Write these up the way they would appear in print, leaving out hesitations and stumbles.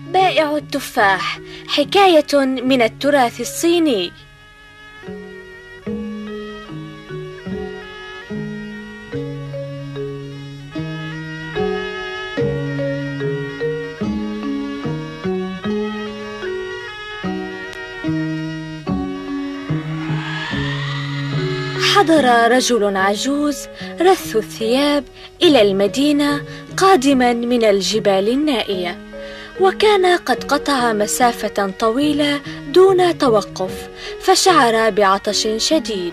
بائع التفاح، حكاية من التراث الصيني. حضر رجل عجوز رث الثياب إلى المدينة قادما من الجبال النائية، وكان قد قطع مسافة طويلة دون توقف، فشعر بعطش شديد.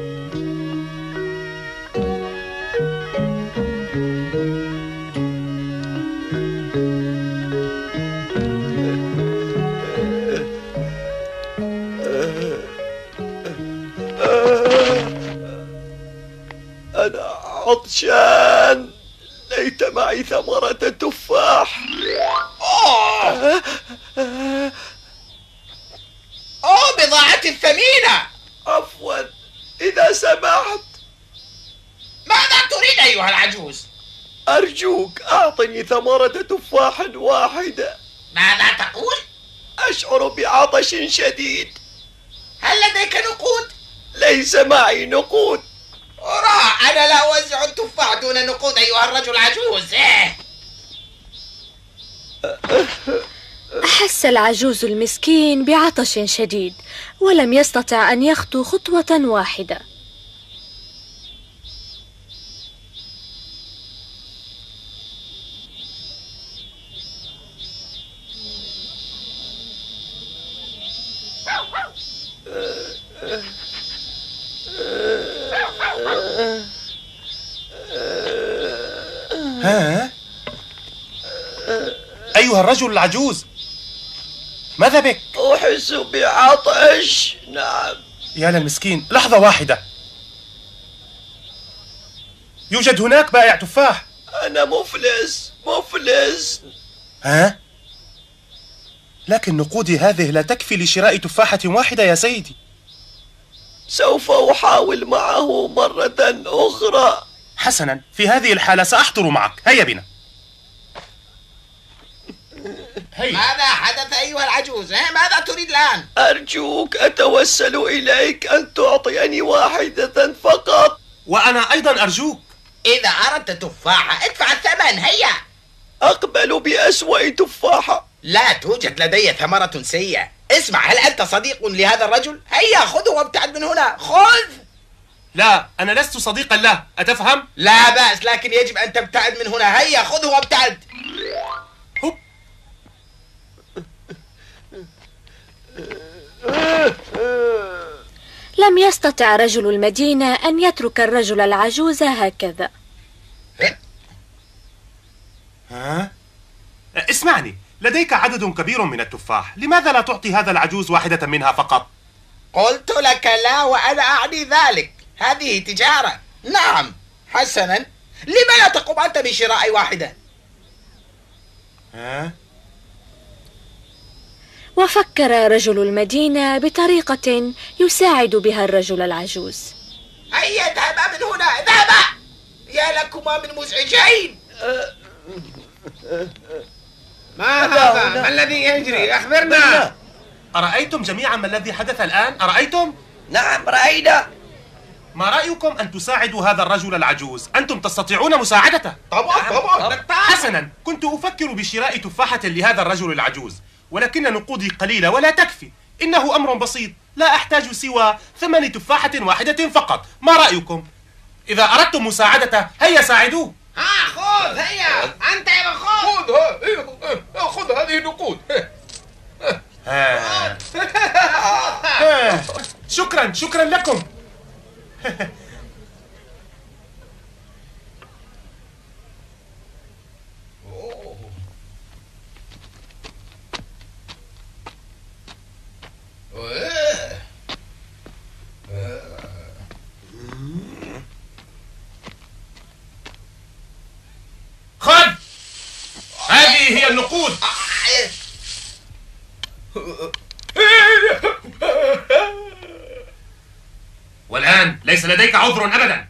أنا عطشان، ليت معي ثمرة تفاح. بضاعتي الثمينة. عفوا، إذا سمحت. ماذا تريد أيها العجوز؟ أرجوك أعطني ثمرة تفاح واحدة. ماذا تقول؟ أشعر بعطش شديد. هل لديك نقود؟ ليس معي نقود. أنا لا أوزع التفاح دون نقود أيها الرجل العجوز. أحس العجوز المسكين بعطش شديد، ولم يستطع أن يخطو خطوة واحدة. أيها الرجل العجوز، ماذا بك؟ أحس بعطش. نعم. يا للمسكين، لحظة واحدة. يوجد هناك بائع تفاح. أنا مفلس. لكن نقودي هذه لا تكفي لشراء تفاحة واحدة يا سيدي. سوف أحاول معه مرة أخرى. حسنا، في هذه الحالة سأحضر معك. هيا بنا. ماذا حدث أيها العجوز؟ ماذا تريد الآن؟ أرجوك، أتوسل إليك أن تعطيني واحدة فقط. وأنا أيضا أرجوك. إذا أردت تفاحة ادفع الثمن. هيا. أقبل بأسوأ تفاحة. لا توجد لدي ثمرة سيئة. اسمع، هل أنت صديق لهذا الرجل؟ هيا خذه وابتعد من هنا. خذ. لا، أنا لست صديقا له، أتفهم؟ لا بأس، لكن يجب أن تبتعد من هنا. هيا خذه وابتعد. هب. لم يستطع رجل المدينة أن يترك الرجل العجوز هكذا. اسمعني، لديك عدد كبير من التفاح، لماذا لا تعطي هذا العجوز واحدة منها فقط؟ قلت لك لا، وأنا أعني ذلك. هذه تجارة. نعم. حسنا، لما لا تقوم أنت بشراء واحدة؟ وفكر رجل المدينة بطريقة يساعد بها الرجل العجوز. هيا اذهبا من هنا، اذهبا. يا لكما من مزعجين. ما هذا؟ ما الذي يجري؟ أخبرنا. أرأيتم جميعا ما الذي حدث الآن؟ أرأيتم؟ نعم رأينا. ما رأيكم أن تساعدوا هذا الرجل العجوز؟ أنتم تستطيعون مساعدته. طبعا. حسنا، كنت أفكر بشراء تفاحة لهذا الرجل العجوز، ولكن نقودي قليلة ولا تكفي. إنه أمر بسيط، لا أحتاج سوى ثمن تفاحة واحدة فقط. ما رأيكم؟ إذا أردتم مساعدته هيا ساعدوه. خذ. هيا أنت يا خذ. خذ هذه النقود. شكرا لكم. خذ، هذه هي النقود. والآن ليس لديك عذر أبدا.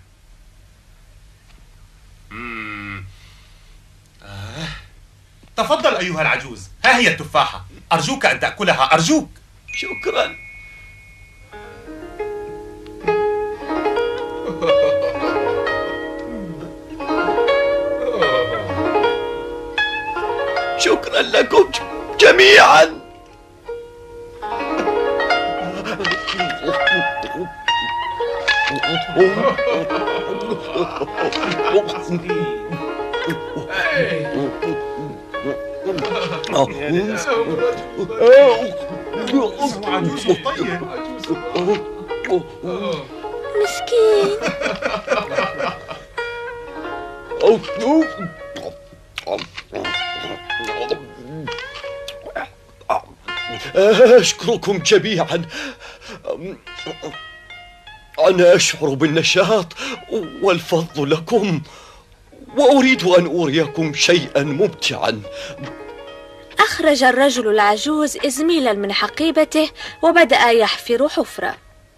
تفضل أيها العجوز، ها هي التفاحة، أرجوك أن تأكلها، أرجوك. شكرا. شكرا لكم جميعا. مسكين. أشكركم جميعا. أنا أشعر بالنشاط والفضل لكم، وأريد أن أريكم شيئا ممتعا. أخرج الرجل العجوز إزميلا من حقيبته وبدأ يحفر حفرة.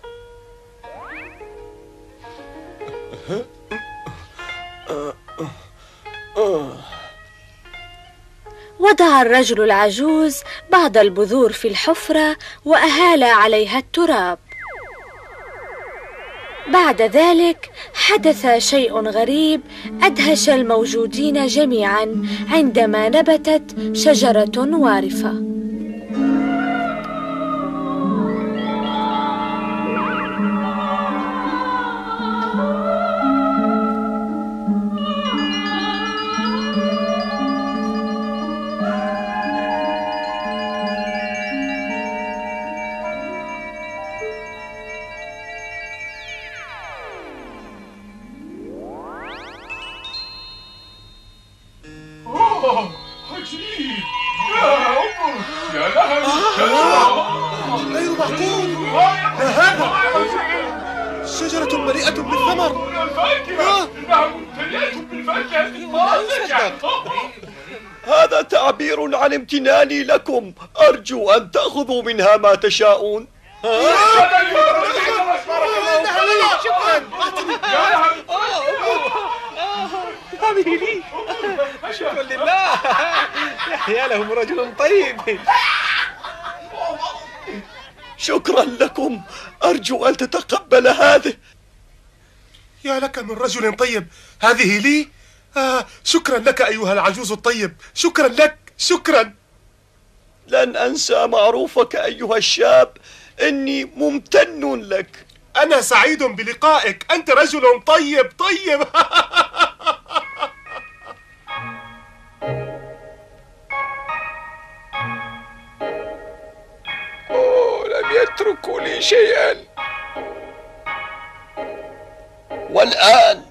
وضع الرجل العجوز بعض البذور في الحفرة وأهال عليها التراب. بعد ذلك حدث شيء غريب أدهش الموجودين جميعا عندما نبتت شجرة وارفة. عجيب. يا لهوي. غير معقول. ما هذا؟ شجرة مليئة بالثمر. الفاكهة. إنها ممتلئة بالفاكهة الطازجة. هذا تعبير عن امتناني لكم. أرجو أن تأخذوا منها ما تشاءون. هذه لي. شكرا لله. يا لهم رجل طيب. شكرا لكم. أرجو أن تتقبل هذه. يا لك من رجل طيب، هذه لي. شكرا لك أيها العجوز الطيب، شكرا لك، شكرا. لن أنسى معروفك أيها الشاب. إني ممتن لك. أنا سعيد بلقائك، أنت رجل طيب طيب. لم يتركوا لي شيئا. والآن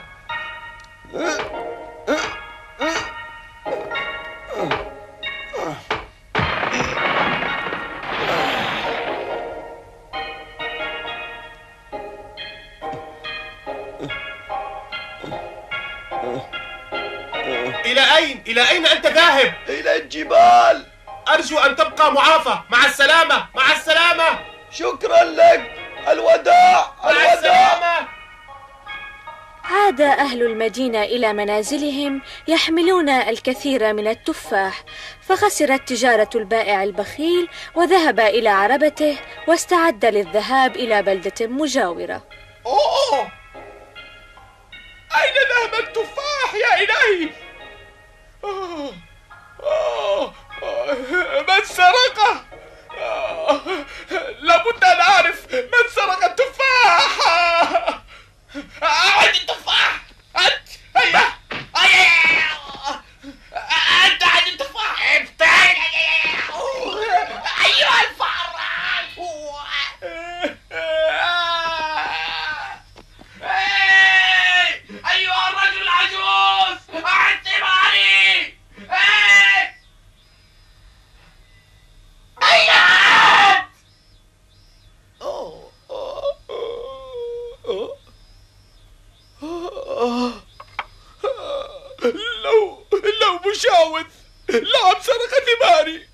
إلى أين أنت ذاهب؟ إلى الجبال. أرجو أن تبقى معافى. مع السلامة، مع السلامة. شكرا لك. الوداع، مع السلامة. عاد أهل المدينة إلى منازلهم يحملون الكثير من التفاح، فخسرت تجارة البائع البخيل وذهب إلى عربته واستعد للذهاب إلى بلدة مجاورة. أوه! أين ذهب التفاح يا إلهي؟ من سرقه؟ لابد أن أعرف من سرق التفاح. أعد التفاح. أنت أيوه أنت عد التفاح. أيها الفار. أيها الرجل العجوز أعد ثماري. لو مشاوذ لعب سرق ثماري.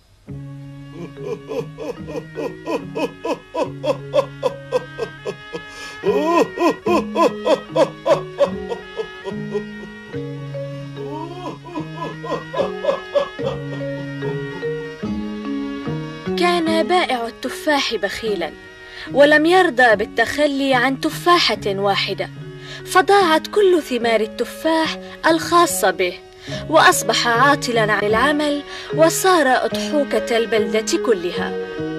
كان بائع التفاح بخيلا، ولم يرضى بالتخلي عن تفاحة واحدة، فضاعت كل ثمار التفاح الخاصة به، وأصبح عاطلا عن العمل، وصار أضحوكة البلدة كلها.